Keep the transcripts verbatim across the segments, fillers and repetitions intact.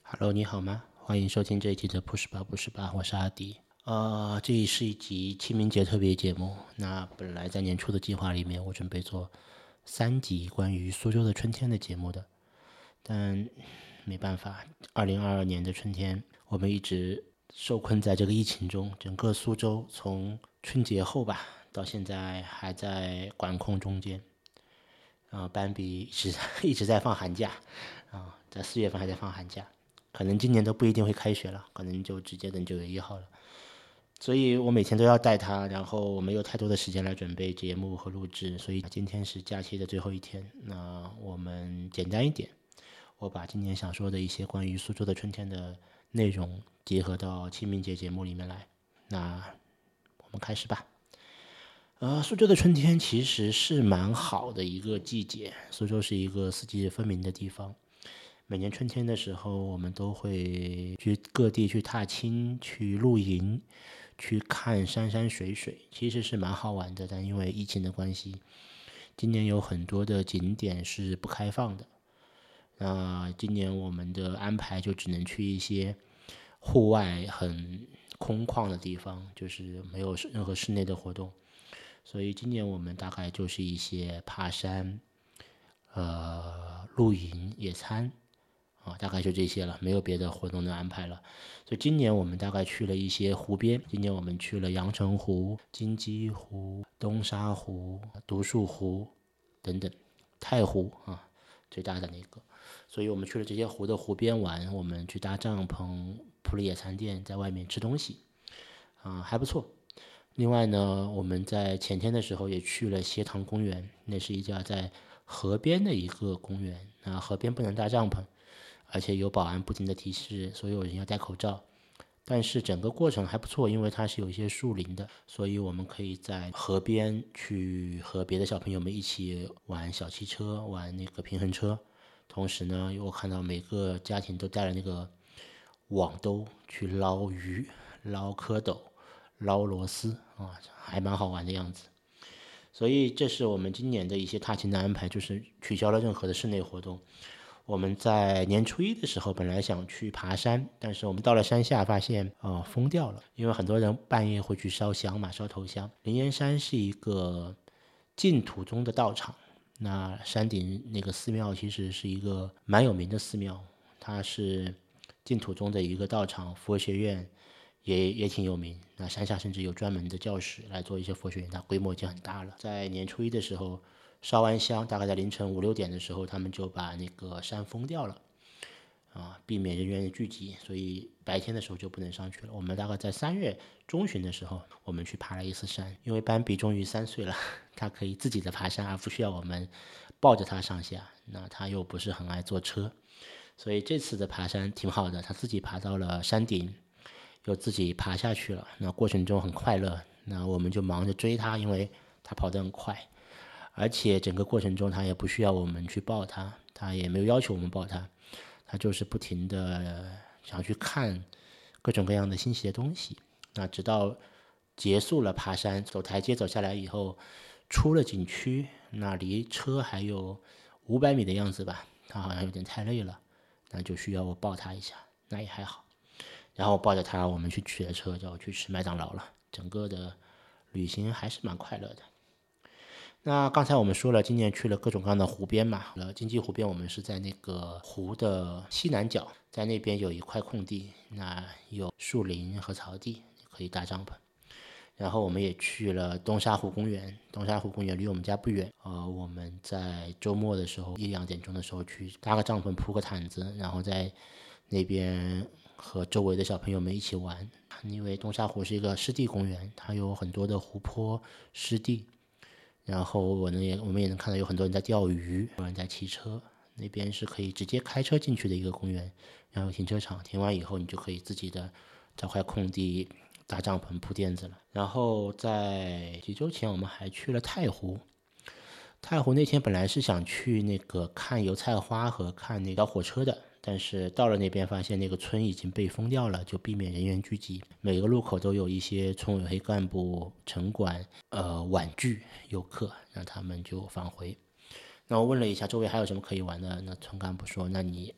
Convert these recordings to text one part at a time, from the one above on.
Hello，你好吗？欢迎收听这一期的不是吧不是吧，我是阿迪。呃，这是一集清明节特别节目。那本来在年初的计划里面，我准备做三集关于苏州的春天的节目的，但没办法，二零二二年的春天，我们一直受困在这个疫情中，整个苏州从春节后吧，到现在还在管控中间。啊、呃斑比一直一直在放寒假，啊、在四月份还在放寒假，可能今年都不一定会开学了，可能就直接等九月一号了。所以我每天都要带他，然后我没有太多的时间来准备节目和录制，所以今天是假期的最后一天。那我们简单一点，我把今年想说的一些关于苏州的春天的内容结合到清明节节目里面来。那我们开始吧。呃，苏州的春天其实是蛮好的一个季节。苏州是一个四季分明的地方，每年春天的时候，我们都会去各地去踏青、去露营、去看山山水水，其实是蛮好玩的。但因为疫情的关系，今年有很多的景点是不开放的。那今年我们的安排就只能去一些户外很空旷的地方，就是没有任何室内的活动。所以今年我们大概就是一些爬山、呃露营、野餐啊，大概就这些了，没有别的活动的安排了。所以今年我们大概去了一些湖边，今年我们去了阳澄湖、金鸡湖、东沙湖、独墅湖等等，太湖啊最大的那个。所以我们去了这些湖的湖边玩，我们去搭帐篷、铺了野餐垫，在外面吃东西，啊还不错。另外呢，我们在前天的时候也去了斜塘公园，那是一家在河边的一个公园。那河边不能搭帐篷，而且有保安不停的提示所有人要戴口罩。但是整个过程还不错，因为它是有一些树林的，所以我们可以在河边去和别的小朋友们一起玩小汽车，玩那个平衡车。同时呢，我看到每个家庭都带了那个网兜去捞鱼、捞蝌蚪、捞螺丝啊，还蛮好玩的样子。所以这是我们今年的一些踏青的安排，就是取消了任何的室内活动。我们在年初一的时候本来想去爬山，但是我们到了山下发现，呃，封掉了，因为很多人半夜会去烧香嘛，烧头香。灵岩山是一个净土宗的道场，那山顶那个寺庙其实是一个蛮有名的寺庙，它是净土宗的一个道场，佛学院也也挺有名。那山下甚至有专门的教室来做一些佛学院，它规模已经很大了。在年初一的时候烧完香，大概在凌晨五六点的时候，他们就把那个山封掉了，啊，避免人员的聚集，所以白天的时候就不能上去了。我们大概在三月中旬的时候，我们去爬了一次山，因为斑比终于三岁了，他可以自己的爬山，而不需要我们抱着他上下。那他又不是很爱坐车，所以这次的爬山挺好的，他自己爬到了山顶，又自己爬下去了。那过程中很快乐，那我们就忙着追他，因为他跑得很快。而且整个过程中他也不需要我们去抱他，他也没有要求我们抱他，他就是不停的想去看各种各样的新奇的东西。那直到结束了爬山，走台阶走下来以后，出了景区，那离车还有五百米的样子吧，他好像有点太累了，那就需要我抱他一下，那也还好。然后抱着他，我们去取了车，就去吃麦当劳了。整个的旅行还是蛮快乐的。那刚才我们说了，今年去了各种各样的湖边嘛。呃，金鸡湖边我们是在那个湖的西南角，在那边有一块空地，那有树林和草地，可以搭帐篷。然后我们也去了东沙湖公园，东沙湖公园离我们家不远。呃，我们在周末的时候一两点钟的时候去搭个帐篷，铺个毯子，然后在那边和周围的小朋友们一起玩。因为东沙湖是一个湿地公园，它有很多的湖泊、湿地。然后我呢也我们也能看到有很多人在钓鱼，有人在骑车，那边是可以直接开车进去的一个公园，然后停车场，停完以后你就可以自己的找块空地搭帐篷铺垫子了。然后在几周前我们还去了太湖，太湖那天本来是想去那个看油菜花和看那条火车的，但是到了那边发现那个村已经被封掉了，就避免人员聚集，每个路口都有一些村委会干部、城管呃婉拒游客，让他们就返回。那我问了一下周围还有什么可以玩的，那村干部说，那你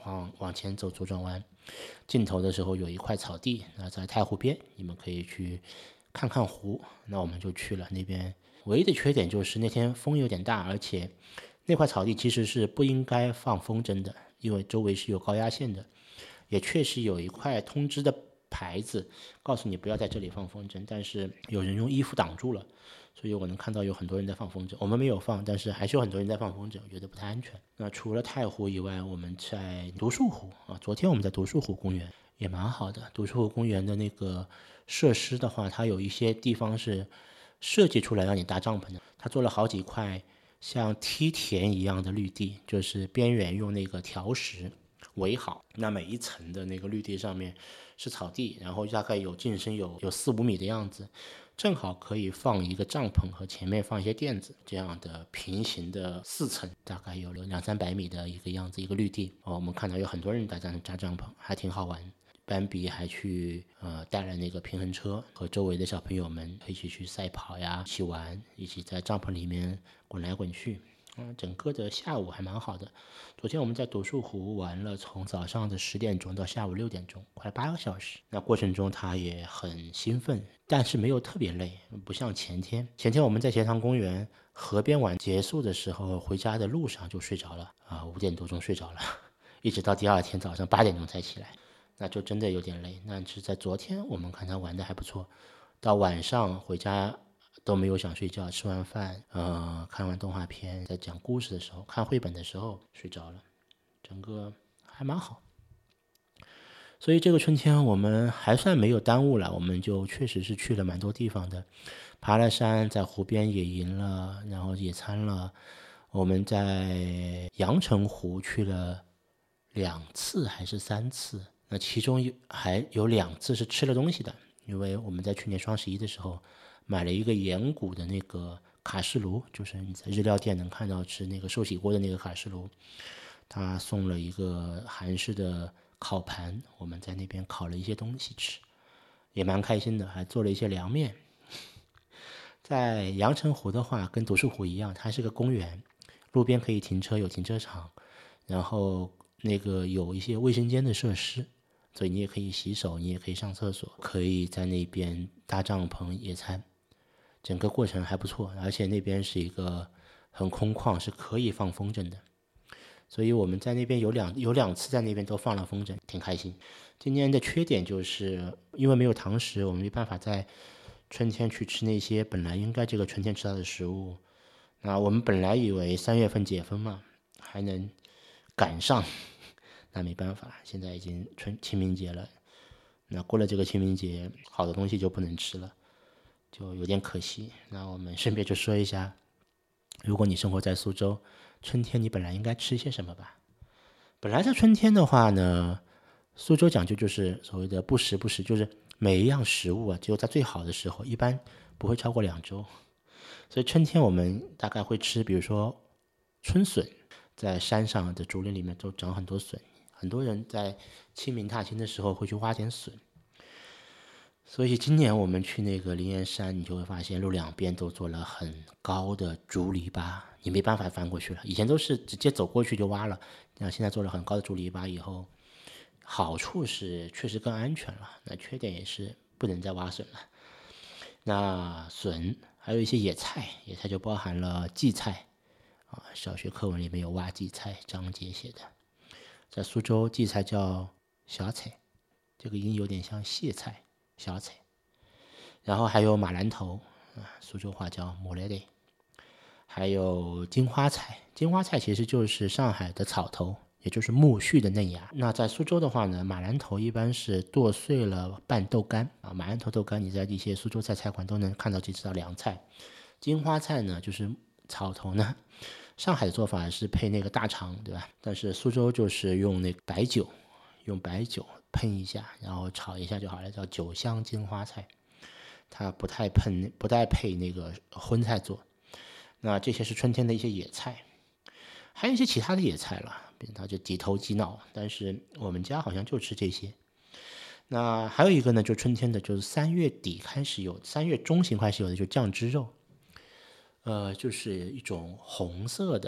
往往前走左转弯，尽头的时候有一块草地，那在太湖边，你们可以去看看湖。那我们就去了那边，唯一的缺点就是那天风有点大，而且那块草地其实是不应该放风筝的，因为周围是有高压线的，也确实有一块通知的牌子告诉你不要在这里放风筝，但是有人用衣服挡住了，所以我能看到有很多人在放风筝。我们没有放，但是还是有很多人在放风筝，我觉得不太安全。那除了太湖以外，我们在独墅湖啊，昨天我们在独墅湖公园也蛮好的。独墅湖公园的那个设施的话，它有一些地方是设计出来让你搭帐篷的，它做了好几块像梯田一样的绿地，就是边缘用那个条石围好，那每一层的那个绿地上面是草地，然后大概有进深有有四五米的样子，正好可以放一个帐篷和前面放一些垫子，这样的平行的四层，大概有两三百米的一个样子，一个绿地。哦，我们看到有很多人在这扎帐篷，还挺好玩。斑比还去呃带了那个平衡车，和周围的小朋友们一起去赛跑呀，一起玩，一起在帐篷里面滚来滚去。嗯，整个的下午还蛮好的。昨天我们在独墅湖玩了，从早上的十点钟到下午六点钟，快八个小时。那过程中他也很兴奋，但是没有特别累，不像前天。前天我们在协塘公园河边玩结束的时候，回家的路上就睡着了啊，五点多钟睡着了，一直到第二天早上八点钟才起来，那就真的有点累。那是在昨天我们看他玩的还不错，到晚上回家都没有想睡觉，吃完饭，呃，看完动画片，在讲故事的时候，看绘本的时候睡着了，整个还蛮好。所以这个春天我们还算没有耽误了，我们就确实是去了蛮多地方的，爬了山，在湖边野营了，然后野餐了。我们在阳澄湖去了两次还是三次，那其中还有两次是吃了东西的，因为我们在去年双十一的时候买了一个岩谷的那个卡式炉，就是你在日料店能看到吃那个寿喜锅的那个卡式炉，他送了一个韩式的烤盘，我们在那边烤了一些东西吃，也蛮开心的，还做了一些凉面。在阳澄湖的话，跟独墅湖一样，它是个公园，路边可以停车，有停车场，然后那个有一些卫生间的设施，所以你也可以洗手，你也可以上厕所，可以在那边搭帐篷野餐，整个过程还不错。而且那边是一个很空旷，是可以放风筝的，所以我们在那边有两有两次在那边都放了风筝，挺开心。今年的缺点就是因为没有堂食，我们没办法在春天去吃那些本来应该这个春天吃到的食物。那我们本来以为三月份解封嘛，还能赶上，那没办法，现在已经春清明节了，那过了这个清明节，好的东西就不能吃了，就有点可惜。那我们顺便就说一下，如果你生活在苏州，春天你本来应该吃些什么吧？本来在春天的话呢，苏州讲究就是所谓的不时不食，就是每一样食物啊，只有在最好的时候，一般不会超过两周。所以春天我们大概会吃，比如说春笋，在山上的竹林里面都长很多笋，很多人在清明踏青的时候会去挖点笋。所以今年我们去那个灵岩山，你就会发现路两边都做了很高的竹篱笆，你没办法翻过去了。以前都是直接走过去就挖了，那现在做了很高的竹篱笆以后，好处是确实更安全了，那缺点也是不能再挖笋了。那笋还有一些野菜，野菜就包含了荠菜啊，小学课文里面有挖荠菜章节写的，在苏州荠菜叫小菜，这个音有点像苋菜。小菜，然后还有马兰头啊，苏州话叫马来的，还有金花菜。金花菜其实就是上海的草头，也就是苜蓿的嫩芽。那在苏州的话呢，马兰头一般是剁碎了拌豆干啊，马兰头豆干你在一些苏州菜菜馆都能看到这道凉菜。金花菜呢，就是草头呢，上海的做法是配那个大肠，对吧？但是苏州就是用那个白酒，用白酒喷一下，然后炒一下就好了，叫酒香金花菜。它不太喷，不太配那个荤菜做。那这些是春天的一些野菜，还有一些其他的野菜了，比如它就几头几脑，但是我们家好像就吃这些。那还有一个呢，就春天的，就是三月底开始有，三月中旬开始有的，就酱汁肉，呃，就是一种红色的，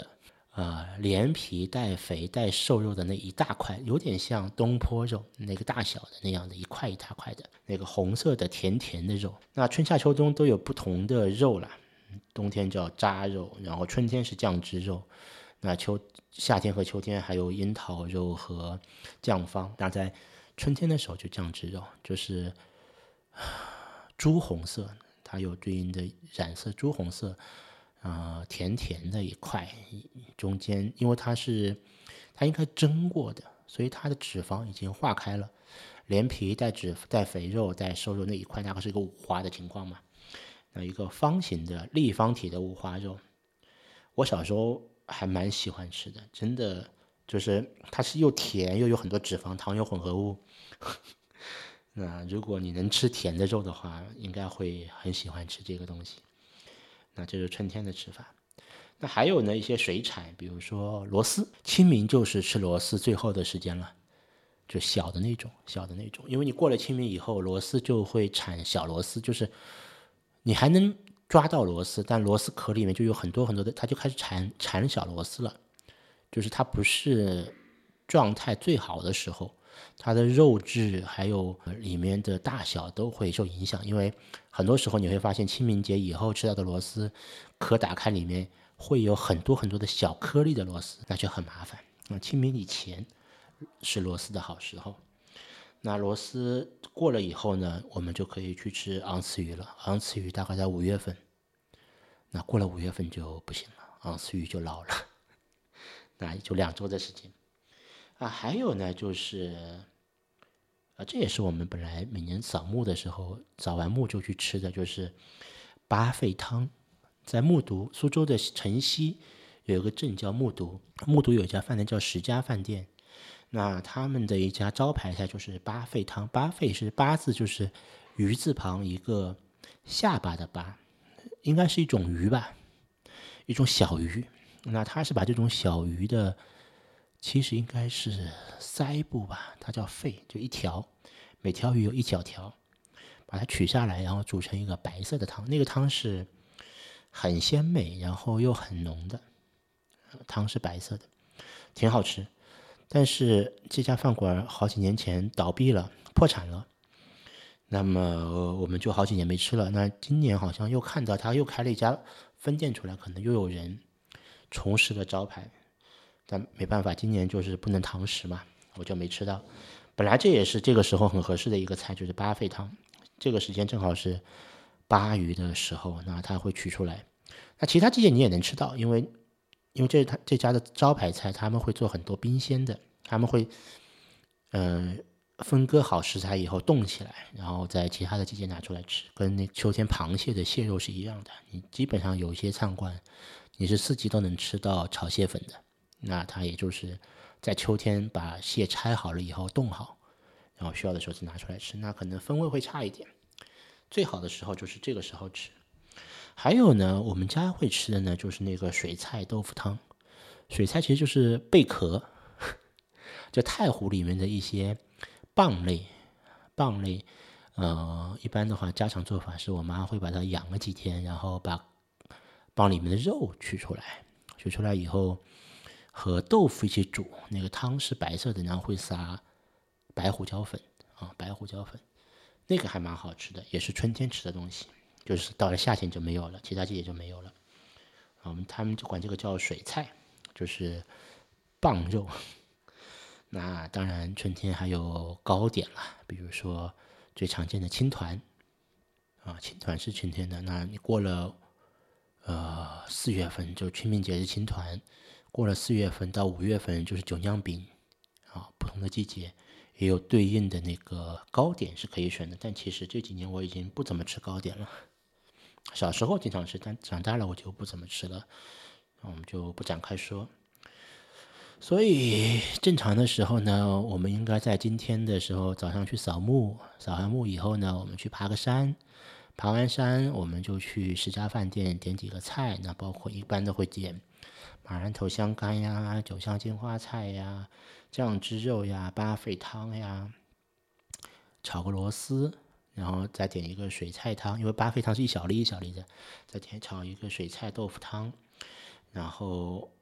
呃连皮带肥带瘦肉的那一大块，有点像东坡肉那个大小的那样的一块一大块的那个红色的甜甜的肉。那春夏秋冬都有不同的肉啦，冬天叫扎肉，然后春天是酱汁肉，那秋夏天和秋天还有樱桃肉和酱方。那在春天的时候就酱汁肉，就是朱红色，它有对应的染色朱红色，呃，甜甜的一块，中间因为它是它应该蒸过的，所以它的脂肪已经化开了，连皮带脂带肥肉带瘦肉那一块大概是一个五花的情况嘛。那一个方形的立方体的五花肉，我小时候还蛮喜欢吃的，真的就是它是又甜又有很多脂肪糖油混合物。那如果你能吃甜的肉的话，应该会很喜欢吃这个东西。那这是春天的吃法。那还有呢一些水产，比如说螺丝，清明就是吃螺丝最后的时间了，就小的那种，小的那种，因为你过了清明以后，螺丝就会产小螺丝，就是你还能抓到螺丝，但螺丝壳里面就有很多很多的，它就开始产产小螺丝了，就是它不是状态最好的时候，它的肉质还有里面的大小都会受影响，因为很多时候你会发现清明节以后吃到的螺丝壳打开里面会有很多很多的小颗粒的螺丝，那就很麻烦。那清明以前是螺丝的好时候，那螺丝过了以后呢，我们就可以去吃昂刺鱼了。昂刺鱼大概在五月份，那过了五月份就不行了，昂刺鱼就老了，那也就两周的时间。啊，还有呢，就是啊，这也是我们本来每年扫墓的时候，扫完墓就去吃的，就是八沸汤。在木渎，苏州的城西有一个镇叫木渎，木渎有一家饭店叫十家饭店，那他们的一家招牌菜就是八沸汤。八沸是八字，就是鱼字旁一个下巴的巴，应该是一种鱼吧，一种小鱼。那他是把这种小鱼的，其实应该是腮部吧，它叫肺，就一条，每条鱼有一小条，把它取下来，然后煮成一个白色的汤。那个汤是很鲜美，然后又很浓的，汤是白色的，挺好吃。但是这家饭馆好几年前倒闭了，破产了。那么我们就好几年没吃了。那今年好像又看到他又开了一家分店出来，可能又有人重拾了招牌。但没办法，今年就是不能堂食嘛，我就没吃到。本来这也是这个时候很合适的一个菜，就是八沸汤。这个时间正好是鲅鱼的时候，那它会取出来。那其他季节你也能吃到，因为因为这他这家的招牌菜，他们会做很多冰鲜的，他们会嗯、呃、分割好食材以后冻起来，然后在其他的季节拿出来吃，跟那秋天螃蟹的蟹肉是一样的。你基本上有一些餐馆，你是四季都能吃到炒蟹粉的。那它也就是在秋天把蟹拆好了以后冻好，然后需要的时候再拿出来吃，那可能风味会差一点。最好的时候就是这个时候吃。还有呢，我们家会吃的呢，就是那个水菜豆腐汤。水菜其实就是贝壳，就太湖里面的一些蚌类，蚌类，呃，一般的话，家常做法是我妈会把它养了几天，然后把蚌里面的肉取出来，取出来以后和豆腐一起煮，那个汤是白色的，然后会撒白胡椒粉啊，白胡椒粉，那个还蛮好吃的，也是春天吃的东西，就是到了夏天就没有了，其他季节就没有了。我们他们就管这个叫水菜，就是蚌肉。那当然，春天还有糕点啦，比如说最常见的青团啊，青团是春天的。那你过了呃四月份就清明节是青团，过了四月份到五月份就是酒酿饼啊，不同的季节也有对应的那个糕点是可以选的。但其实这几年我已经不怎么吃糕点了，小时候经常吃，但长大了我就不怎么吃了，我们就不展开说。所以正常的时候呢，我们应该在今天的时候早上去扫墓，扫完墓以后呢，我们去爬个山，爬完山我们就去十家饭店点几个菜，那包括一般都会点马兰头香干呀、九香金花菜呀、酱汁肉呀、八沸汤呀，炒个螺丝，然后再点一个水菜汤，因为八沸汤是一小粒一小粒的，再点炒一个水菜豆腐汤，然后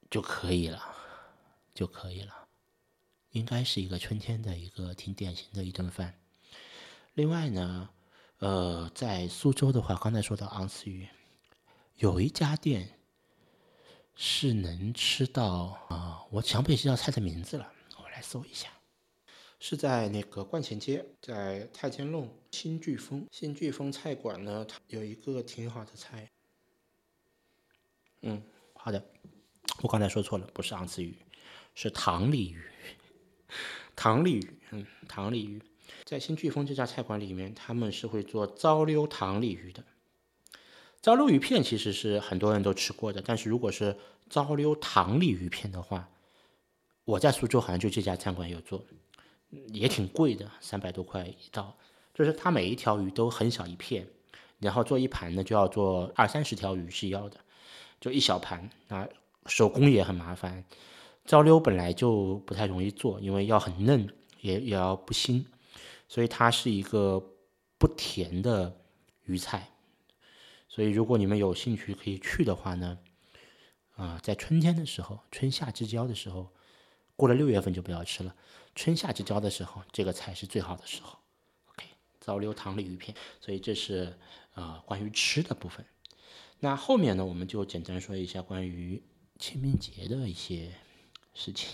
就可以了，就可以了。应该是一个春天的一个挺典型的一顿饭。另外呢，呃，在苏州的话，刚才说到昂斯鱼，有一家店是能吃到啊、呃，我想不起这道菜的名字了，我来搜一下。是在那个观前街，在太监弄新飓风新飓风菜馆呢，它有一个挺好的菜。嗯，好的，我刚才说错了，不是昂斯鱼，是塘鲤鱼。塘鲤鱼，嗯，塘鲤鱼，在新飓风这家菜馆里面，他们是会做糟溜塘鲤鱼的。糟溜鱼片其实是很多人都吃过的，但是如果是糟溜塘鲤鱼片的话，我在苏州好像就这家餐馆有做，也挺贵的，三百多块一道。就是它每一条鱼都很小一片，然后做一盘呢就要做二三十条鱼是要的，就一小盘啊，手工也很麻烦。糟溜本来就不太容易做，因为要很嫩，也也要不腥，所以它是一个不甜的鱼菜。所以如果你们有兴趣可以去的话呢，啊、呃，在春天的时候，春夏之交的时候，过了六月份就不要吃了。春夏之交的时候，这个菜是最好的时候。OK， 糟溜塘鲤鱼片。所以这是呃关于吃的部分。那后面呢，我们就简单说一下关于清明节的一些事情。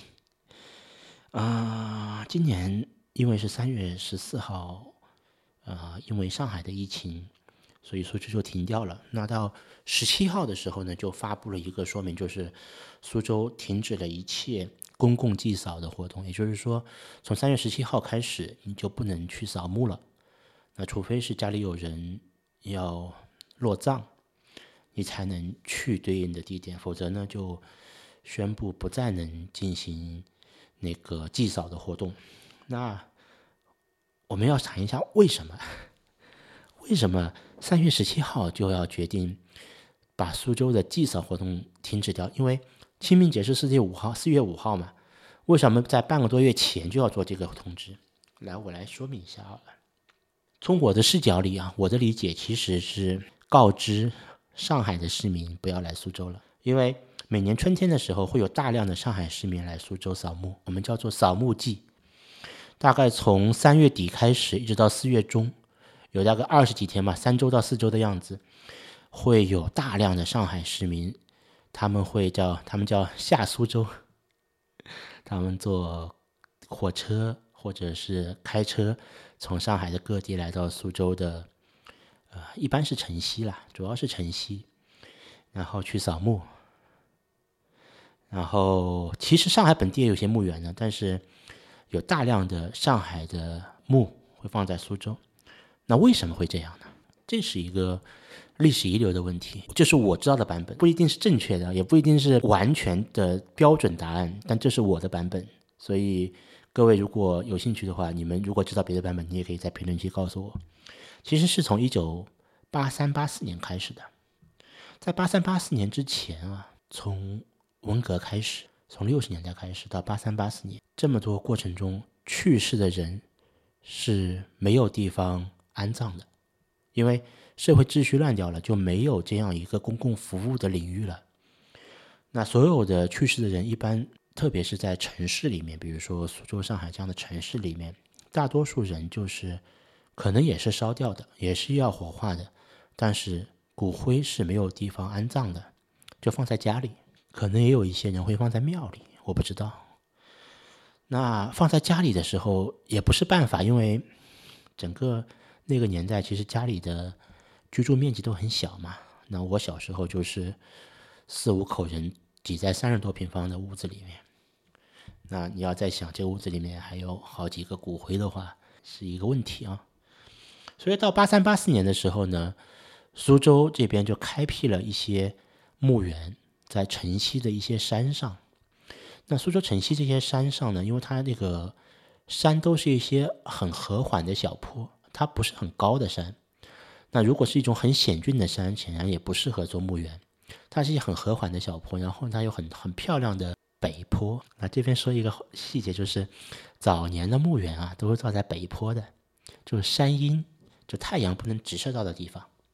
啊、呃，今年因为是三月十四号，呃，因为上海的疫情，所以苏州就停掉了。那到十七号的时候呢，就发布了一个说明，就是苏州停止了一切公共祭扫的活动，也就是说，从三月十七号开始，你就不能去扫墓了。那除非是家里有人要落葬，你才能去对应的地点，否则呢，就宣布不再能进行那个祭扫的活动。那我们要谈一下为什么？为什么三月十七号就要决定把苏州的祭扫活动停止掉？因为清明节是四月五号，四月五号嘛，为什么在半个多月前就要做这个通知？来，我来说明一下好了。从我的视角里啊，我的理解其实是告知上海的市民不要来苏州了，因为每年春天的时候会有大量的上海市民来苏州扫墓，我们叫做扫墓季，大概从三月底开始一直到四月中，有大概二十几天吧，三周到四周的样子，会有大量的上海市民，他们会叫他们叫下苏州，他们坐火车或者是开车从上海的各地来到苏州的，呃，一般是城西啦，主要是城西，然后去扫墓。然后其实上海本地也有些墓园呢，但是有大量的上海的墓会放在苏州。那为什么会这样呢？这是一个历史遗留的问题，这是我知道的版本，不一定是正确的，也不一定是完全的标准答案，但这是我的版本。所以各位如果有兴趣的话，你们如果知道别的版本，你也可以在评论区告诉我。其实是从一九八三八四年开始的，在八三八四年之前啊，从文革开始，从六十年代开始到八三八四年，这么多过程中去世的人是没有地方安葬的，因为社会秩序乱掉了，就没有这样一个公共服务的领域了。那所有的去世的人，一般特别是在城市里面，比如说苏州、上海这样的城市里面，大多数人就是可能也是烧掉的，也是要火化的，但是骨灰是没有地方安葬的，就放在家里。可能也有一些人会放在庙里，我不知道。那放在家里的时候也不是办法，因为整个那个年代其实家里的居住面积都很小嘛。那我小时候就是四五口人挤在三十多平方的屋子里面，那你要再想这屋子里面还有好几个骨灰的话，是一个问题啊。所以到八三八四年的时候呢，苏州这边就开辟了一些墓园，在城西的一些山上。那苏州城西这些山上呢，因为它那个山都是一些很和缓的小坡，它不是很高的山。那如果是一种很险峻的山，显然也不适合做墓园。它是一些很和缓的小坡，然后它有很很漂亮的北坡。那这边说一个细节，就是早年的墓园啊，都是造在北坡的，就是山阴，就太阳不能直射到的地方。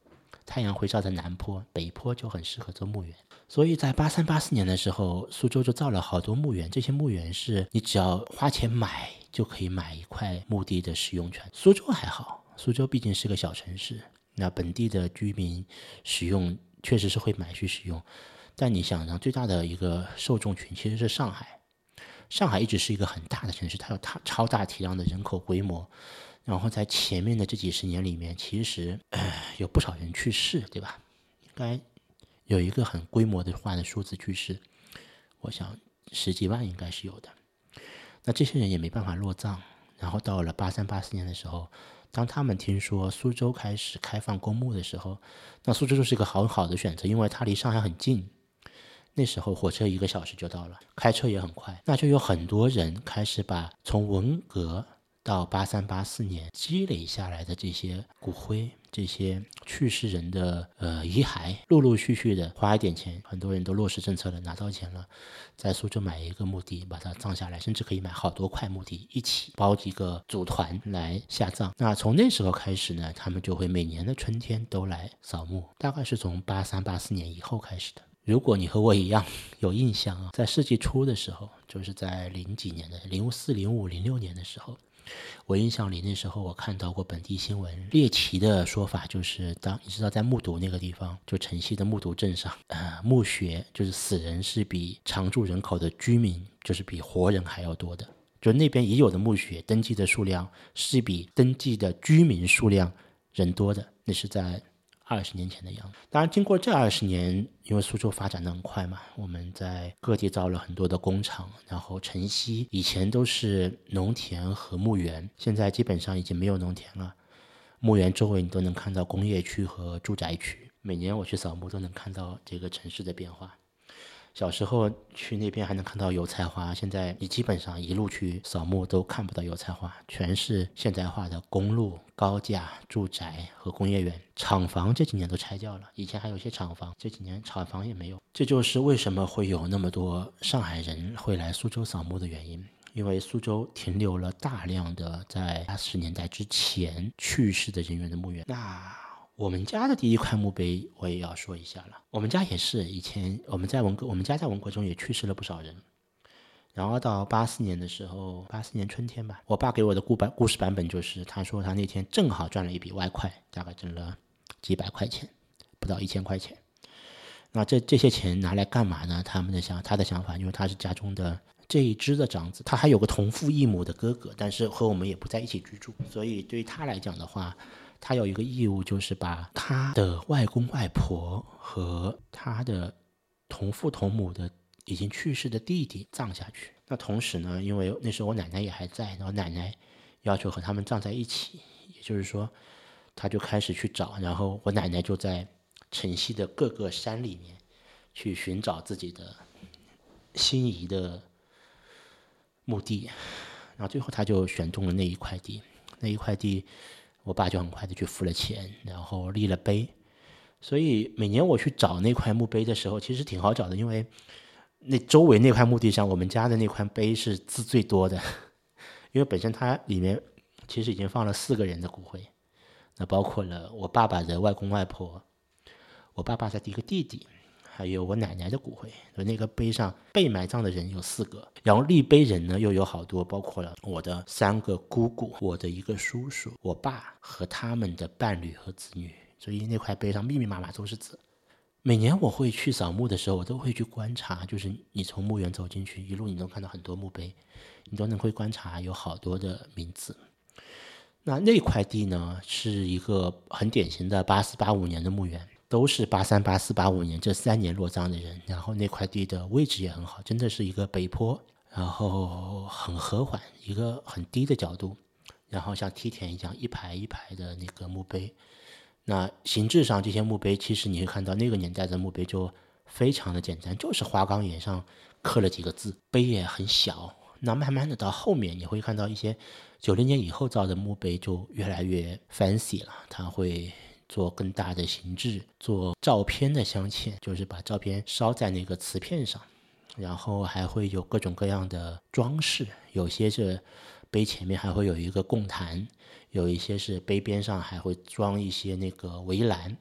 太阳会照在南坡，北坡就很适合做墓园。所以在八三八四年的时候，苏州就造了好多墓园，这些墓园是你只要花钱买就可以买一块墓地的使用权。苏州还好，苏州毕竟是个小城市，那本地的居民使用确实是会买去使用，但你想想，最大的一个受众群其实是上海。上海一直是一个很大的城市，它有超大体量的人口规模，然后在前面的这几十年里面，其实、呃、有不少人去世，对吧？应该有一个很规模的化的数字去世，我想十几万应该是有的。那这些人也没办法落葬，然后到了八三八四年的时候，当他们听说苏州开始开放公墓的时候，那苏州就是一个很好的选择，因为它离上海很近，那时候火车一个小时就到了，开车也很快。那就有很多人开始把从文革到八三八四年积累下来的这些骨灰，这些去世人的呃遗骸，陆陆续续的花一点钱，很多人都落实政策了，拿到钱了，在苏州买一个墓地把它葬下来，甚至可以买好多块墓地一起包几个组团来下葬。那从那时候开始呢，他们就会每年的春天都来扫墓，大概是从八三八四年以后开始的。如果你和我一样有印象啊，在世纪初的时候，就是在零几年的零四零五零六年的时候，我印象里那时候我看到过本地新闻，猎奇的说法就是当你知道在木渎那个地方，就城西的木渎镇上，呃，墓穴就是死人是比常住人口的居民就是比活人还要多的，就那边已有的墓穴登记的数量是比登记的居民数量人多的，那是在二十年前的样子。当然经过这二十年，因为苏州发展的很快嘛，我们在各地造了很多的工厂，然后城西以前都是农田和墓园，现在基本上已经没有农田了，墓园周围你都能看到工业区和住宅区。每年我去扫墓都能看到这个城市的变化。小时候去那边还能看到油菜花，现在你基本上一路去扫墓都看不到油菜花，全是现代化的公路、高架、住宅和工业园。厂房这几年都拆掉了，以前还有些厂房，这几年厂房也没有。这就是为什么会有那么多上海人会来苏州扫墓的原因，因为苏州停留了大量的在八十年代之前去世的人员的墓园。那我们家的第一块墓碑我也要说一下了，我们家也是以前我们在文革，我们家在文革中也去世了不少人，然后到八四年的时候，八四年春天吧，我爸给我的故版故事版本就是他说他那天正好赚了一笔外快，大概挣了几百块钱，不到一千块钱。那这这些钱拿来干嘛呢？他们的想他的想法，因为他是家中的这一支的长子，他还有个同父异母的哥哥，但是和我们也不在一起居住，所以对于他来讲的话，他有一个义务，就是把他的外公外婆和他的同父同母的已经去世的弟弟葬下去。那同时呢，因为那时候我奶奶也还在，然后奶奶要求和他们葬在一起，也就是说他就开始去找，然后我奶奶就在城西的各个山里面去寻找自己的心仪的墓地，然后最后他就选中了那一块地。那一块地我爸就很快的去付了钱，然后立了碑。所以每年我去找那块墓碑的时候其实挺好找的，因为那周围那块墓地上我们家的那块碑是字最多的，因为本身它里面其实已经放了四个人的骨灰，那包括了我爸爸的外公外婆，我爸爸的一个弟弟，还有我奶奶的骨灰。所以那个碑上被埋葬的人有四个，然后立碑人呢又有好多，包括了我的三个姑姑，我的一个叔叔，我爸和他们的伴侣和子女，所以那块碑上密密麻麻都是字。每年我会去扫墓的时候，我都会去观察，就是你从墓园走进去，一路你能看到很多墓碑，你都能会观察有好多的名字。那那块地呢是一个很典型的八四八五年的墓园，都是八三八四八五年这三年落葬的人，然后那块地的位置也很好，真的是一个北坡，然后很和缓，一个很低的角度，然后像梯田一样一排一排的那个墓碑。那形制上这些墓碑其实你会看到那个年代的墓碑就非常的简单，就是花岗岩上刻了几个字，碑也很小。那慢慢的到后面你会看到一些九零年以后造的墓碑就越来越 fancy 了，它会做更大的形制，做照片的镶嵌，就是把照片烧在那个瓷片上，然后还会有各种各样的装饰，有些是碑前面还会有一个供坛，有一些是碑边上还会装一些那个围栏，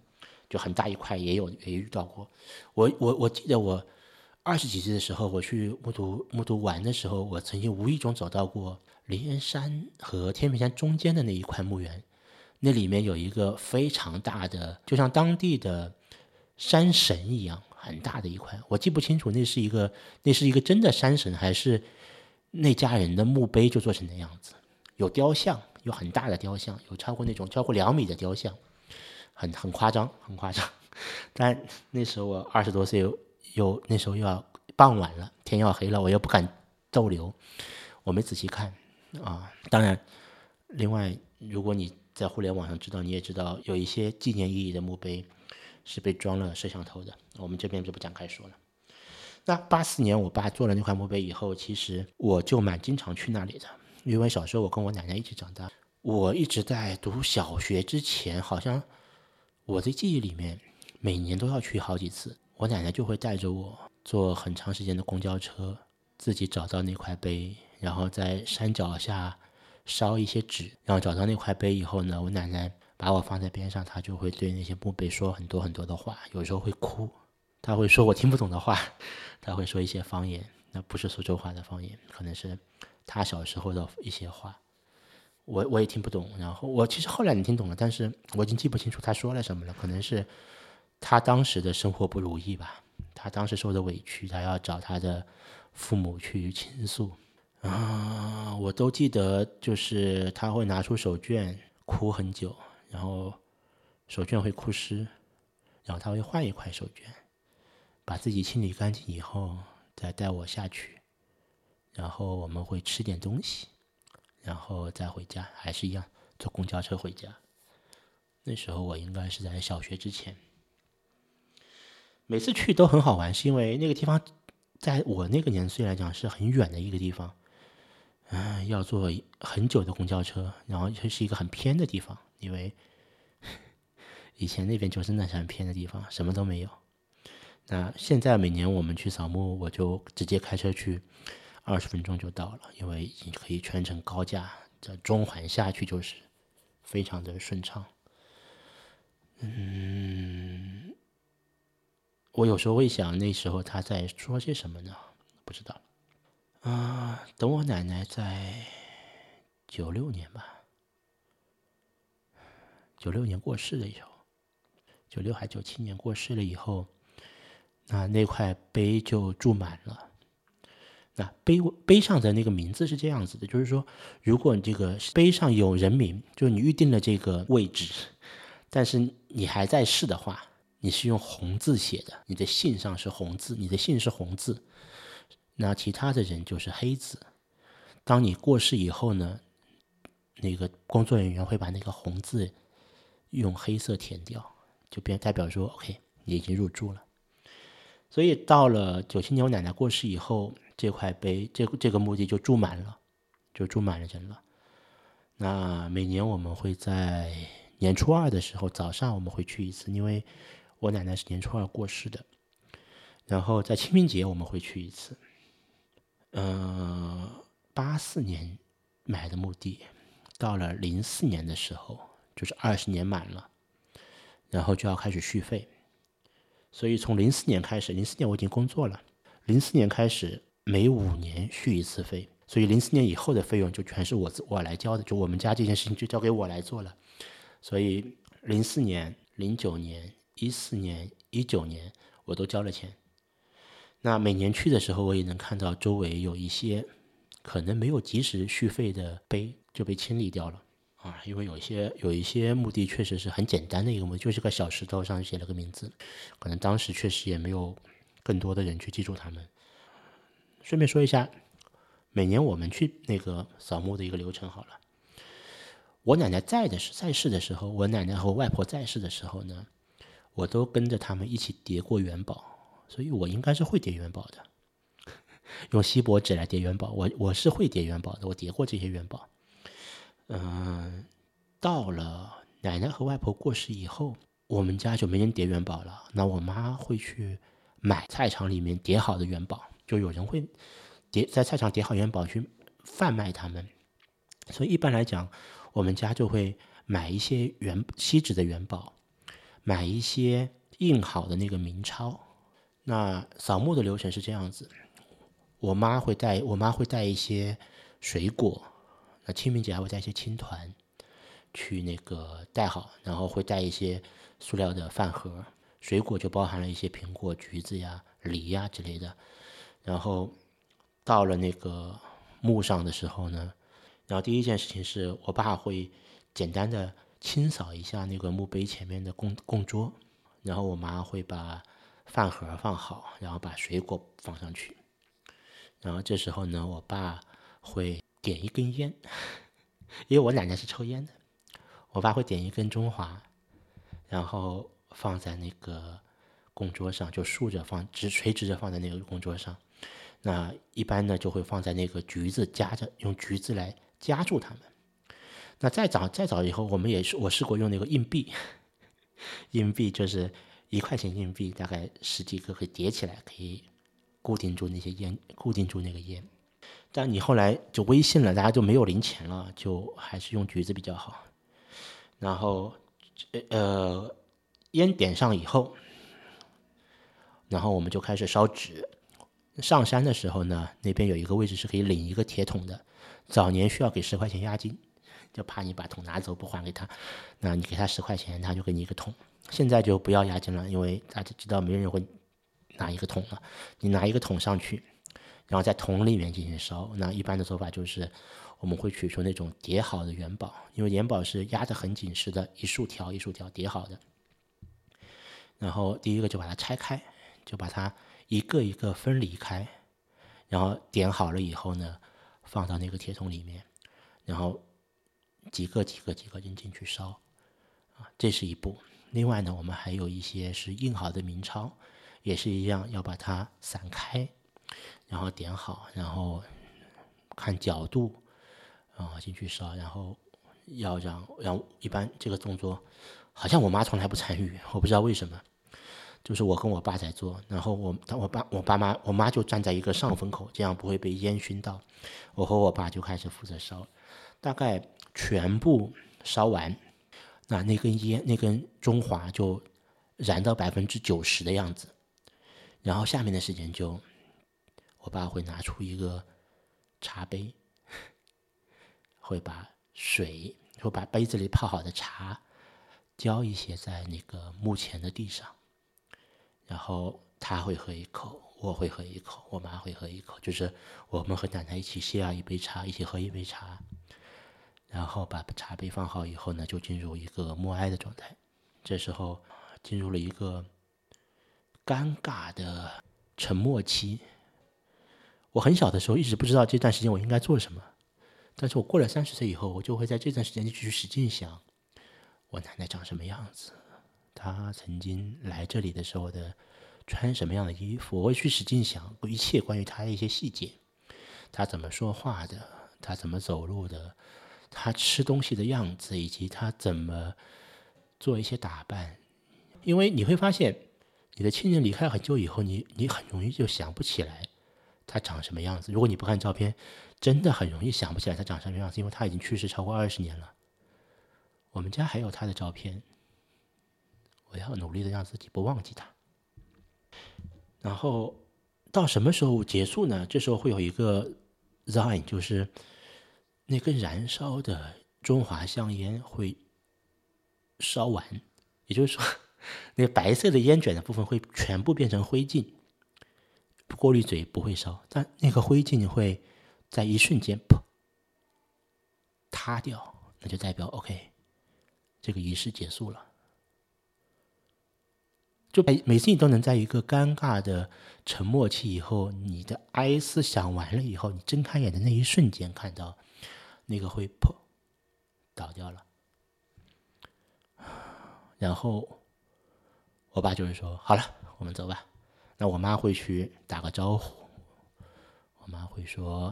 就很大一块也有也遇到过。我我我记得我二十几岁的时候，我去木渎木渎玩的时候，我曾经无意中走到过灵岩山和天平山中间的那一块墓园，那里面有一个非常大的，就像当地的山神一样，很大的一块。我记不清楚那是一个那是一个真的山神，还是那家人的墓碑就做成那样子。有雕像，有很大的雕像，有超过那种超过两米的雕像，很很夸张，很夸张。但那时候我二十多岁，又那时候又要傍晚了，天要黑了，我又不敢逗留，我没仔细看啊。当然，另外如果你在互联网上知道，你也知道有一些纪念意义的墓碑是被装了摄像头的，我们这边就不展开说了。那八四年我爸做了那块墓碑以后，其实我就蛮经常去那里的，因为小时候我跟我奶奶一起长大，我一直在读小学之前，好像我的记忆里面每年都要去好几次。我奶奶就会带着我坐很长时间的公交车，自己找到那块碑，然后在山脚下烧一些纸，然后找到那块碑以后呢，我奶奶把我放在边上，她就会对那些墓碑说很多很多的话，有时候会哭，她会说我听不懂的话，她会说一些方言，那不是苏州话的方言，可能是她小时候的一些话，我我也听不懂。然后我其实后来你听懂了，但是我已经记不清楚她说了什么了，可能是她当时的生活不如意吧，她当时受的委屈，她要找她的父母去倾诉啊，我都记得，就是她会拿出手绢哭很久，然后手绢会哭湿，然后她会换一块手绢，把自己清理干净以后再带我下去，然后我们会吃点东西，然后再回家，还是一样坐公交车回家。那时候我应该是在小学之前，每次去都很好玩，是因为那个地方在我那个年岁来讲是很远的一个地方，嗯，要坐很久的公交车，然后这是一个很偏的地方，因为以前那边就真的是很偏的地方，什么都没有。那现在每年我们去扫墓，我就直接开车去，二十分钟就到了，因为已经可以全程高架，这中环下去就是非常的顺畅。嗯，我有时候会想，那时候他在说些什么呢？不知道。啊、呃，等我奶奶在九六年吧，九六年过世了以后，九六还九七年过世了以后，那那块碑就注满了。那碑碑上的那个名字是这样子的，就是说，如果你这个碑上有人名，就是你预定了这个位置，但是你还在世的话，你是用红字写的，你的姓上是红字，你的姓是红字，那其他的人就是黑字。当你过世以后呢，那个工作人员会把那个红字用黑色填掉，就变代表说 OK 你已经入住了。所以到了九七年我奶奶过世以后，这块碑这这个墓地就住满了，就住满了人了。那每年我们会在年初二的时候早上我们会去一次，因为我奶奶是年初二过世的。然后在清明节我们会去一次。呃，八四年买的墓地，到了零四年的时候，就是二十年满了，然后就要开始续费。所以从零四年开始，零四年我已经工作了，零四年开始每五年续一次费，所以零四年以后的费用就全是我我来交的，就我们家这件事情就交给我来做了。所以零四年、零九年、一四年、一九年我都交了钱。那每年去的时候，我也能看到周围有一些可能没有及时续费的碑就被清理掉了啊，因为有一些有一些墓地确实是很简单的一个墓地，就是个小石头上写了个名字，可能当时确实也没有更多的人去记住他们。顺便说一下，每年我们去那个扫墓的一个流程好了。我奶奶在的是在世的时候，我奶奶和我外婆在世的时候呢，我都跟着他们一起叠过元宝。所以我应该是会叠元宝的，用锡箔纸来叠元宝，我我是会叠元宝的，我叠过这些元宝。嗯，到了奶奶和外婆过世以后，我们家就没人叠元宝了。那我妈会去买菜场里面叠好的元宝，就有人会叠在菜场叠好元宝去贩卖它们。所以一般来讲，我们家就会买一些元锡纸的元宝。 买一些印好的那个明钞。那扫墓的流程是这样子，我妈会带我妈会带一些水果，那清明节还会带一些青团去那个带好，然后会带一些塑料的饭盒，水果就包含了一些苹果、橘子呀、梨呀之类的。然后到了那个墓上的时候呢，然后第一件事情是我爸会简单的清扫一下那个墓碑前面的供供桌，然后我妈会把饭盒放好，然后把水果放上去，然后这时候呢，我爸会点一根烟，因为我奶奶是抽烟的，我爸会点一根中华，然后放在那个供桌上，就竖着放，直垂直着放在那个供桌上。那一般呢就会放在那个橘子夹着，用橘子来夹住它们。那再早再早以后，我们也是我试过用那个硬币，硬币就是一块钱硬币，大概十几个可以叠起来，可以固定住那些烟，固定住那个烟。但你后来就微信了，大家就没有零钱了，就还是用橘子比较好。然后呃烟点上以后，然后我们就开始烧纸。上山的时候呢，那边有一个位置是可以领一个铁桶的，早年需要给十块钱押金，就怕你把桶拿走不还给他，那你给他十块钱，他就给你一个桶。现在就不要押金了，因为大家知道没人会拿一个桶了，你拿一个桶上去，然后在桶里面进行烧。那一般的做法就是我们会取出那种叠好的元宝，因为元宝是压得很紧实的，一竖条一竖条叠好的。然后第一个就把它拆开，就把它一个一个分离开，然后点好了以后呢，放到那个铁桶里面，然后几个几个几个扔进去烧，啊，这是一步。另外呢，我们还有一些是印好的明钞，也是一样，要把它散开，然后点好，然后看角度，然后进去烧，然后要让让一般这个动作，好像我妈从来不参与，我不知道为什么。就是我跟我爸在做，然后我我爸我爸妈我妈就站在一个上风口，这样不会被烟熏到。我和我爸就开始负责烧，大概全部烧完，那那根烟那根中华就燃到百分之九十的样子。然后下面的时间就我爸会拿出一个茶杯，会把水会把杯子里泡好的茶浇一些在那个墓前的地上。然后他会喝一口，我会喝一口，我妈会喝一口，就是我们和奶奶一起 share 一杯茶，一起喝一杯茶。然后把茶杯放好以后呢，就进入一个默哀的状态。这时候进入了一个尴尬的沉默期。我很小的时候一直不知道这段时间我应该做什么，但是我过了三十岁以后，我就会在这段时间去使劲想，我奶奶长什么样子，他曾经来这里的时候的穿什么样的衣服，我会去使劲想一切关于他的一些细节，他怎么说话的，他怎么走路的，他吃东西的样子，以及他怎么做一些打扮。因为你会发现你的亲人离开很久以后，你你很容易就想不起来他长什么样子。如果你不看照片，真的很容易想不起来他长什么样子，因为他已经去世超过二十年了。我们家还有他的照片，我要努力的让自己不忘记他。然后到什么时候结束呢？这时候会有一个 sign， 就是那根燃烧的中华香烟会烧完，也就是说那个白色的烟卷的部分会全部变成灰烬，过滤嘴不会烧，但那个灰烬会在一瞬间噗塌掉，那就代表 OK， 这个仪式结束了。就每次你都能在一个尴尬的沉默期以后，你的哀思想完了以后，你睁开眼的那一瞬间看到那个会噗倒掉了。然后我爸就是说好了，我们走吧。那我妈会去打个招呼，我妈会说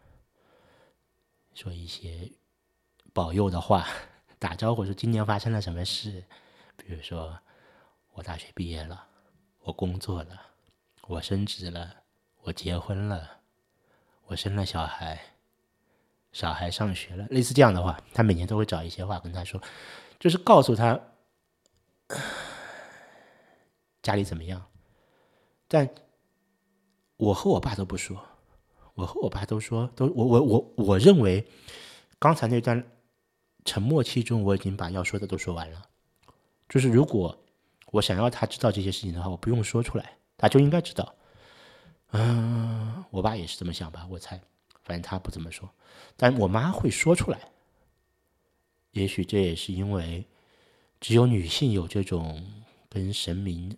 说一些保佑的话，打招呼说今年发生了什么事，比如说我大学毕业了，我工作了，我升职了，我结婚了，我生了小孩，小孩上学了，类似这样的话，他每年都会找一些话跟他说，就是告诉他家里怎么样。但我和我爸都不说，我和我爸都说，都我我我我认为刚才那段沉默期中，我已经把要说的都说完了。就是如果我想要他知道这些事情的话，我不用说出来，他就应该知道。嗯，我爸也是这么想吧，我猜，反正他不怎么说，但我妈会说出来。也许这也是因为只有女性有这种跟神明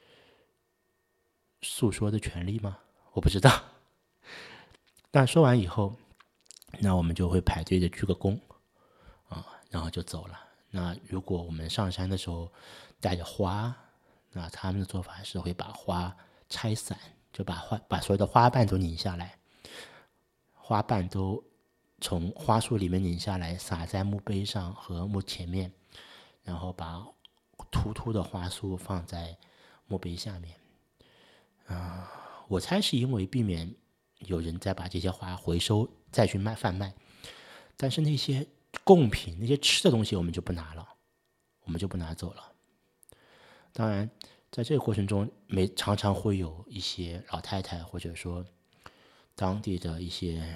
诉说的权利吗？我不知道。那说完以后，那我们就会排队的鞠个躬啊，然后就走了。那如果我们上山的时候带着花，那他们的做法是会把花拆散，就把花把所有的花瓣都拧下来，花瓣都从花束里面拧下来，撒在墓碑上和墓前面，然后把秃秃的花束放在墓碑下面。呃、我猜是因为避免有人再把这些花回收再去卖贩卖，但是那些贡品那些吃的东西我们就不拿了，我们就不拿走了。当然在这个过程中没常常会有一些老太太或者说当地的一些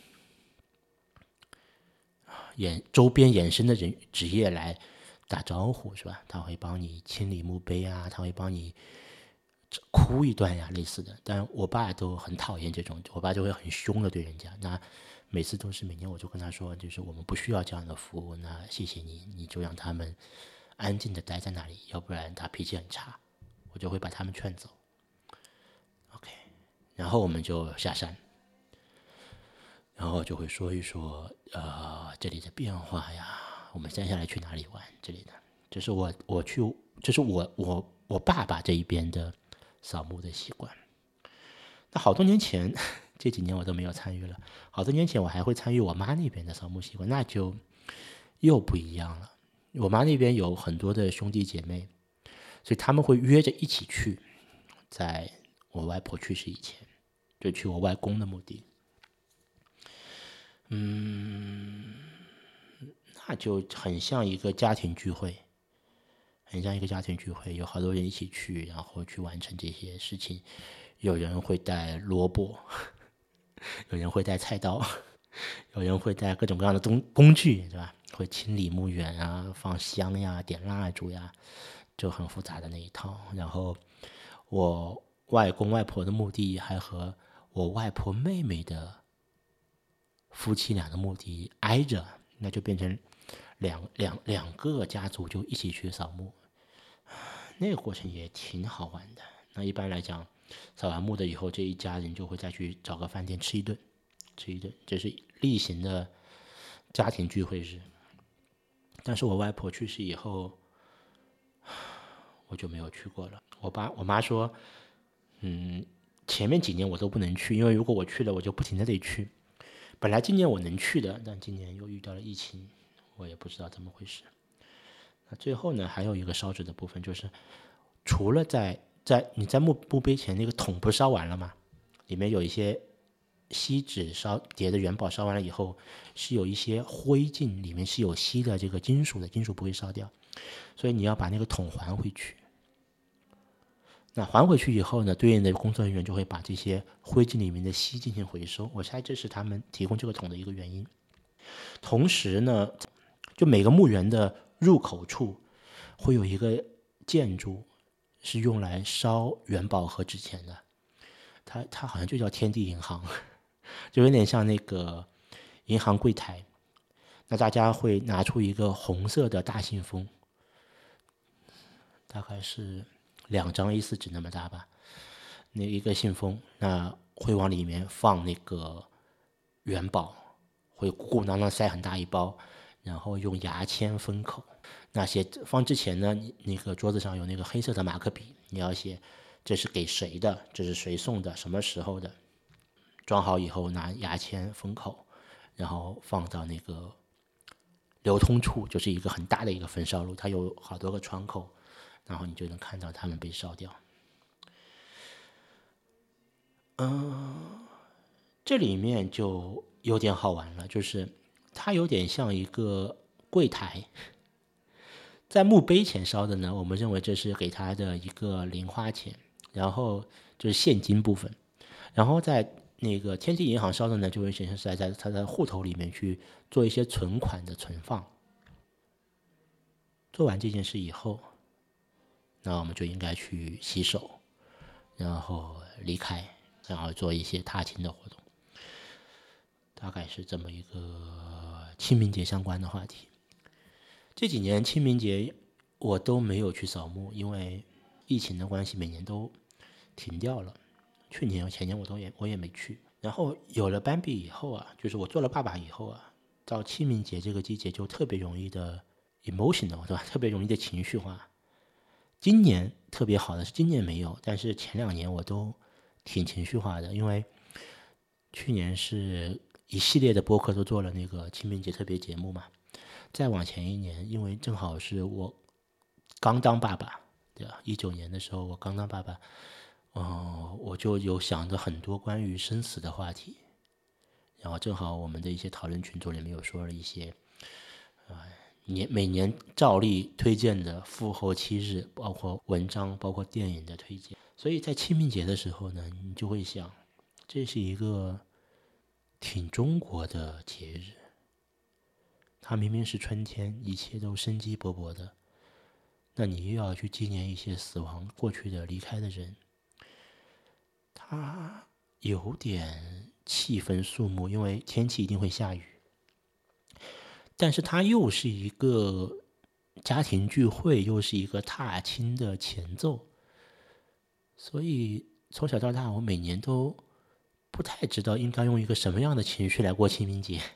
衍周边衍生的人职业来打招呼，是吧？他会帮你清理墓碑啊，他会帮你哭一段呀，类似的。但我爸都很讨厌这种，我爸就会很凶的对人家。那每次都是每年我就跟他说，就是我们不需要这样的服务，那谢谢你，你就让他们安静的待在那里，要不然他脾气很差，我就会把他们劝走。OK， 然后我们就下山，然后就会说一说呃这里的变化呀，我们接下来去哪里玩之类的。这是我我去，这是我我我爸爸这一边的扫墓的习惯。那好多年前，这几年我都没有参与了。好多年前我还会参与我妈那边的扫墓习惯，那就又不一样了。我妈那边有很多的兄弟姐妹，所以他们会约着一起去。在我外婆去世以前，就去我外公的墓地。嗯，那就很像一个家庭聚会，很像一个家庭聚会，有好多人一起去，然后去完成这些事情。有人会带萝卜，有人会带菜刀，有人会带各种各样的东工具，对吧？会清理墓园啊，放香呀，点蜡烛呀，就很复杂的那一套。然后我外公外婆的墓地还和我外婆妹妹的夫妻俩的墓地挨着，那就变成两两两个家族就一起去扫墓，那个过程也挺好玩的。那一般来讲，扫完墓的以后，这一家人就会再去找个饭店吃一顿，吃一顿，这是例行的家庭聚会日。但是我外婆去世以后，我就没有去过了。我爸我妈说，嗯，前面几年我都不能去，因为如果我去了，我就不停的得去。本来今年我能去的，但今年又遇到了疫情，我也不知道怎么回事。那最后呢，还有一个烧纸的部分，就是除了在在你在墓墓碑前那个桶不是烧完了吗？里面有一些锡纸烧叠的元宝烧完了以后，是有一些灰烬，里面是有锡的这个金属的，金属不会烧掉，所以你要把那个桶还回去。那还回去以后呢，对应的工作人员就会把这些灰烬里面的锡进行回收。我猜这是他们提供这个桶的一个原因。同时呢，就每个墓园的入口处会有一个建筑是用来烧元宝和纸钱的，它它好像就叫天地银行，就有点像那个银行柜台。那大家会拿出一个红色的大信封，大概是两张 A 四 纸那么大吧，那一个信封，那会往里面放那个元宝，会鼓鼓囊囊塞很大一包，然后用牙签封口。那写放之前呢，你那个桌子上有那个黑色的马克笔，你要写这是给谁的，这是谁送的，什么时候的。装好以后拿牙签封口，然后放到那个流通处，就是一个很大的一个焚烧炉，它有好多个窗口，然后你就能看到它们被烧掉。嗯，这里面就有点好玩了，就是它有点像一个柜台， 在墓碑前烧的呢，我们认为这是给他的一个零花钱，然后就是现金部分。然后在那个天地银行烧的呢，就会显示在在他的户头里面去做一些存款的存放。做完这件事以后，那我们就应该去洗手，然后离开，然后做一些踏青的活动。大概是这么一个清明节相关的话题。这几年清明节我都没有去扫墓，因为疫情的关系，每年都停掉了。去年、前年我都也我也没去。然后有了斑比以后啊，就是我做了爸爸以后啊，到清明节这个季节就特别容易的 emotional， 对吧？特别容易的情绪化。今年特别好的是今年没有，但是前两年我都挺情绪化的，因为去年是一系列的播客都做了那个清明节特别节目嘛。再往前一年，因为正好是我刚当爸爸，对吧？一九年的时候我刚当爸爸，嗯，我就有想着很多关于生死的话题，然后正好我们的一些讨论群组里面有说了一些，呃，年每年照例推荐的复后七日，包括文章，包括电影的推荐。所以在清明节的时候呢，你就会想，这是一个挺中国的节日。它明明是春天，一切都生机勃勃的，那你又要去纪念一些死亡过去的离开的人，它有点气氛肃穆，因为天气一定会下雨，但是它又是一个家庭聚会，又是一个踏青的前奏，所以从小到大我每年都不太知道应该用一个什么样的情绪来过清明节。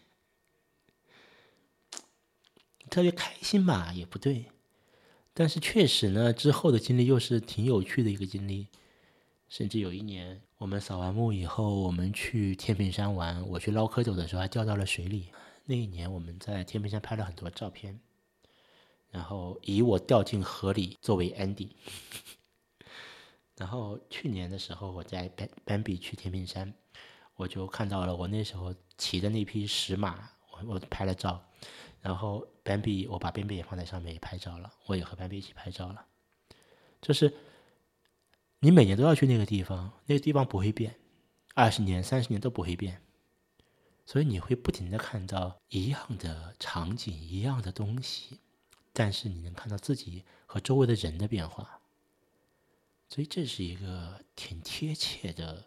特别开心吧也不对，但是确实呢，之后的经历又是挺有趣的一个经历。甚至有一年我们扫完墓以后，我们去天平山玩，我去捞蝌蚪的时候还掉到了水里。那一年我们在天平山拍了很多照片，然后以我掉进河里作为 ending。 然后去年的时候我在斑比去天平山，我就看到了我那时候骑的那匹石马，我我拍了照，然后斑比我把斑比也放在上面也拍照了，我也和斑比一起拍照了。就是你每年都要去那个地方，那个地方不会变，二十年三十年都不会变，所以你会不停的看到一样的场景，一样的东西，但是你能看到自己和周围的人的变化，所以这是一个挺贴切的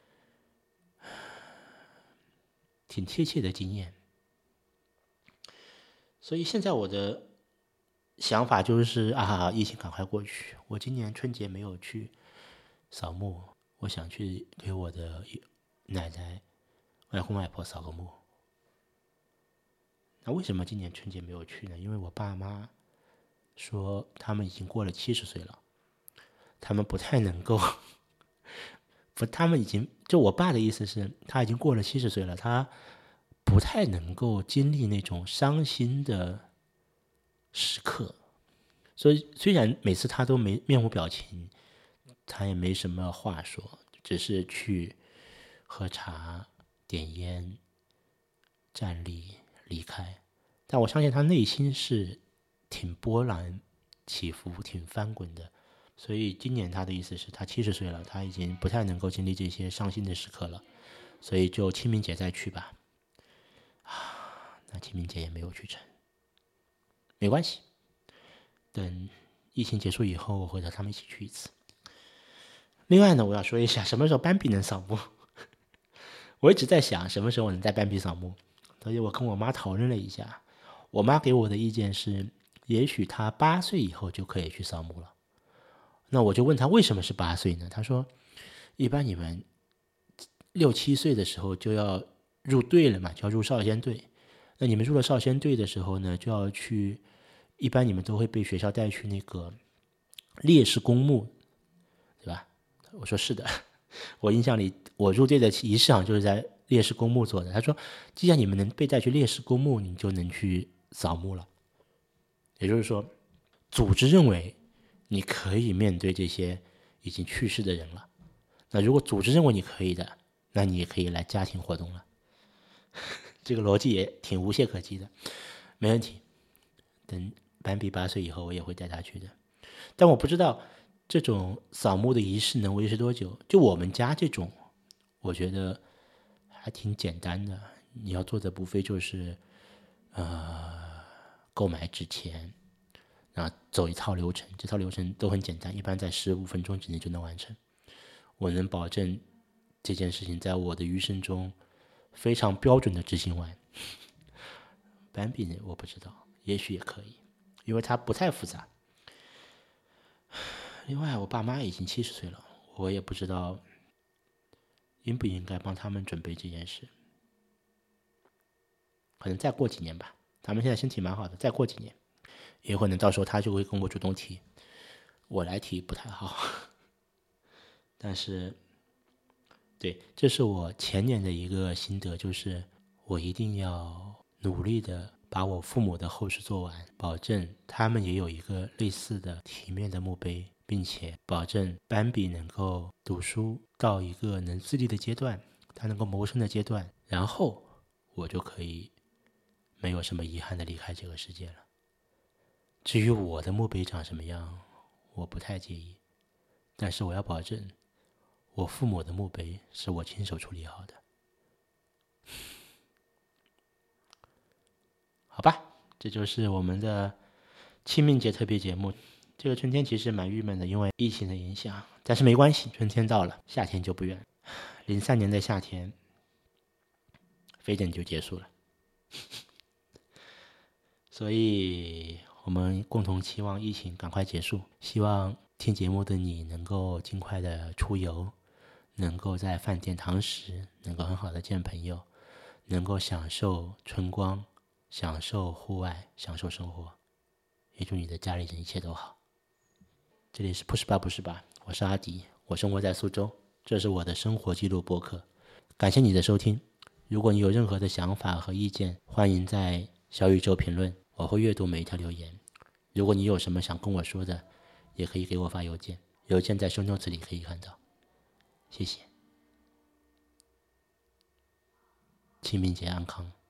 挺贴切的经验。所以现在我的想法就是啊，疫情赶快过去。我今年春节没有去扫墓，我想去给我的奶奶、外公外婆扫个墓。那为什么今年春节没有去呢？因为我爸妈说他们已经过了七十岁了，他们不太能够，不，他们已经就我爸的意思是，他已经过了七十岁了，他不太能够经历那种伤心的时刻，所以虽然每次他都没面无表情，他也没什么话说，只是去喝茶、点烟、站立、离开，但我相信他内心是挺波澜起伏、挺翻滚的。所以今年他的意思是他七十岁了，他已经不太能够经历这些伤心的时刻了，所以就清明节再去吧。啊，那清明节也没有去成，没关系，等疫情结束以后，我会和他们一起去一次。另外呢，我要说一下什么时候斑比能扫墓。我一直在想什么时候我能带斑比扫墓，所以我跟我妈讨论了一下，我妈给我的意见是，也许她八岁以后就可以去扫墓了。那我就问她为什么是八岁呢？她说，一般你们六七岁的时候就要入队了嘛，就要入少先队。那你们入了少先队的时候呢，就要去，一般你们都会被学校带去那个烈士公墓，对吧？我说是的，我印象里我入队的仪式好像就是在烈士公墓做的。他说，既然你们能被带去烈士公墓，你就能去扫墓了。也就是说，组织认为你可以面对这些已经去世的人了。那如果组织认为你可以的，那你也可以来家庭活动了。这个逻辑也挺无懈可击的，没问题。等斑比八岁以后我也会带他去的，但我不知道这种扫墓的仪式能维持多久。就我们家这种，我觉得还挺简单的，你要做的无非就是呃购买纸钱，然后走一套流程，这套流程都很简单，一般在十五分钟之内就能完成。我能保证这件事情在我的余生中非常标准的执行完。斑比呢，我不知道，也许也可以，因为它不太复杂。另外，我爸妈已经七十岁了，我也不知道应不应该帮他们准备这件事。可能再过几年吧，他们现在身体蛮好的，再过几年，也可能到时候他就会跟我主动提，我来提不太好。但是，对，这是我前年的一个心得，就是我一定要努力的把我父母的后事做完，保证他们也有一个类似的体面的墓碑，并且保证斑比能够读书到一个能自立的阶段，他能够谋生的阶段，然后我就可以没有什么遗憾的离开这个世界了。至于我的墓碑长什么样，我不太介意，但是我要保证我父母的墓碑是我亲手处理好的。好吧，这就是我们的清明节特别节目。这个春天其实蛮郁闷的，因为疫情的影响，但是没关系，春天到了，夏天就不远。零三年的夏天非等就结束了。所以我们共同期望疫情赶快结束，希望听节目的你能够尽快的出游，能够在饭店堂食，能够很好的见朋友，能够享受春光，享受户外，享受生活。也祝你的家里人一切都好。这里是不是吧不是吧，我是阿迪，我生活在苏州，这是我的生活记录播客。感谢你的收听，如果你有任何的想法和意见，欢迎在小宇宙评论，我会阅读每一条留言。如果你有什么想跟我说的，也可以给我发邮件，邮件在 show notes 里可以看到。谢谢，清明节安康。